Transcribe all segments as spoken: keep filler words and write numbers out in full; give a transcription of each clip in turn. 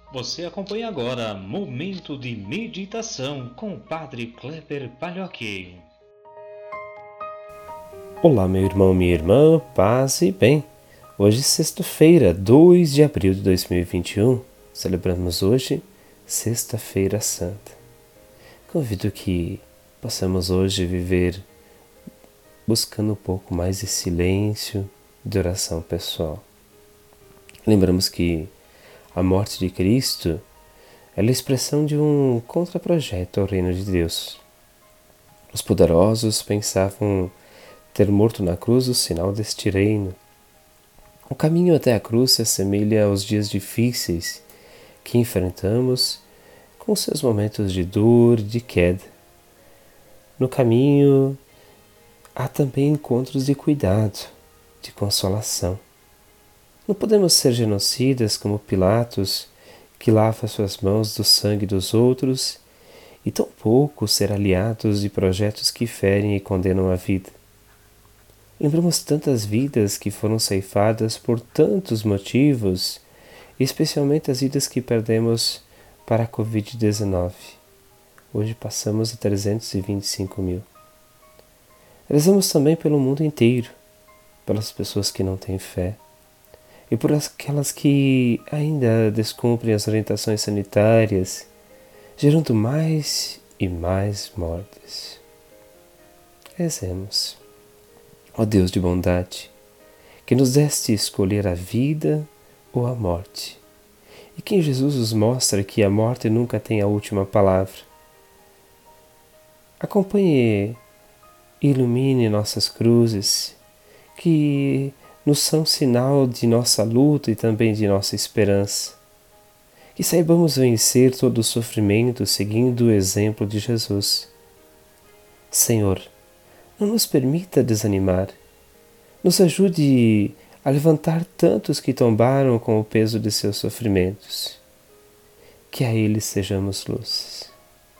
Você acompanha agora Momento de Meditação com o Padre Kleber Palhoque. Olá, meu irmão, minha irmã, paz e bem. Hoje, sexta-feira, dois de abril de dois mil e vinte e um, celebramos hoje Sexta-feira Santa. Convido que possamos hoje viver buscando um pouco mais de silêncio, de oração pessoal. Lembramos que a morte de Cristo é a expressão de um contraprojeto ao reino de Deus. Os poderosos pensavam ter morto na cruz o sinal deste reino. O caminho até a cruz se assemelha aos dias difíceis que enfrentamos com seus momentos de dor e de queda. No caminho há também encontros de cuidado, de consolação. Não podemos ser genocidas como Pilatos, que lava suas mãos do sangue dos outros, e tampouco ser aliados de projetos que ferem e condenam a vida. Lembramos tantas vidas que foram ceifadas por tantos motivos, especialmente as vidas que perdemos para a covid dezenove. Hoje passamos a trezentos e vinte e cinco mil. Rezamos também pelo mundo inteiro, pelas pessoas que não têm fé e por aquelas que ainda descumprem as orientações sanitárias, gerando mais e mais mortes. Rezemos. Ó Deus de bondade, que nos deste escolher a vida ou a morte, e que em Jesus nos mostra que a morte nunca tem a última palavra. Acompanhe e ilumine nossas cruzes, que nos são sinal de nossa luta e também de nossa esperança. Que saibamos vencer todo o sofrimento seguindo o exemplo de Jesus. Senhor, não nos permita desanimar. Nos ajude a levantar tantos que tombaram com o peso de seus sofrimentos. Que a eles sejamos luz.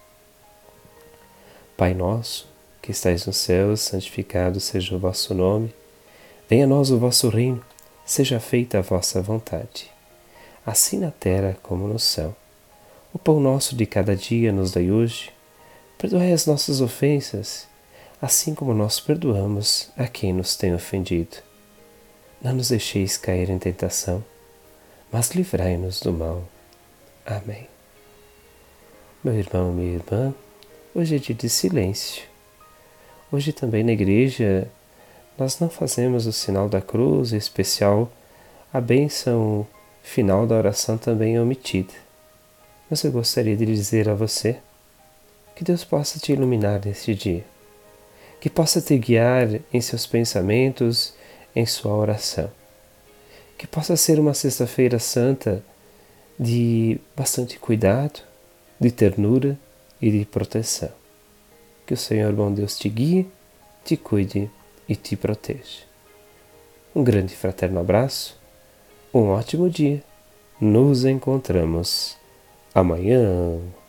Pai nosso, que estais no céu, santificado seja o vosso nome. Venha a nós o vosso reino, seja feita a vossa vontade, assim na terra como no céu. O pão nosso de cada dia nos dai hoje. Perdoai as nossas ofensas, assim como nós perdoamos a quem nos tem ofendido. Não nos deixeis cair em tentação, mas livrai-nos do mal. Amém. Meu irmão, minha irmã, hoje é dia de silêncio. Hoje também na igreja nós não fazemos o sinal da cruz, em especial a bênção final da oração também é omitida. Mas eu gostaria de dizer a você que Deus possa te iluminar neste dia, que possa te guiar em seus pensamentos, em sua oração, que possa ser uma sexta-feira santa de bastante cuidado, de ternura e de proteção. Que o Senhor bom Deus te guie, te cuide e te proteja. Um grande e fraterno abraço, um ótimo dia. Nos encontramos amanhã.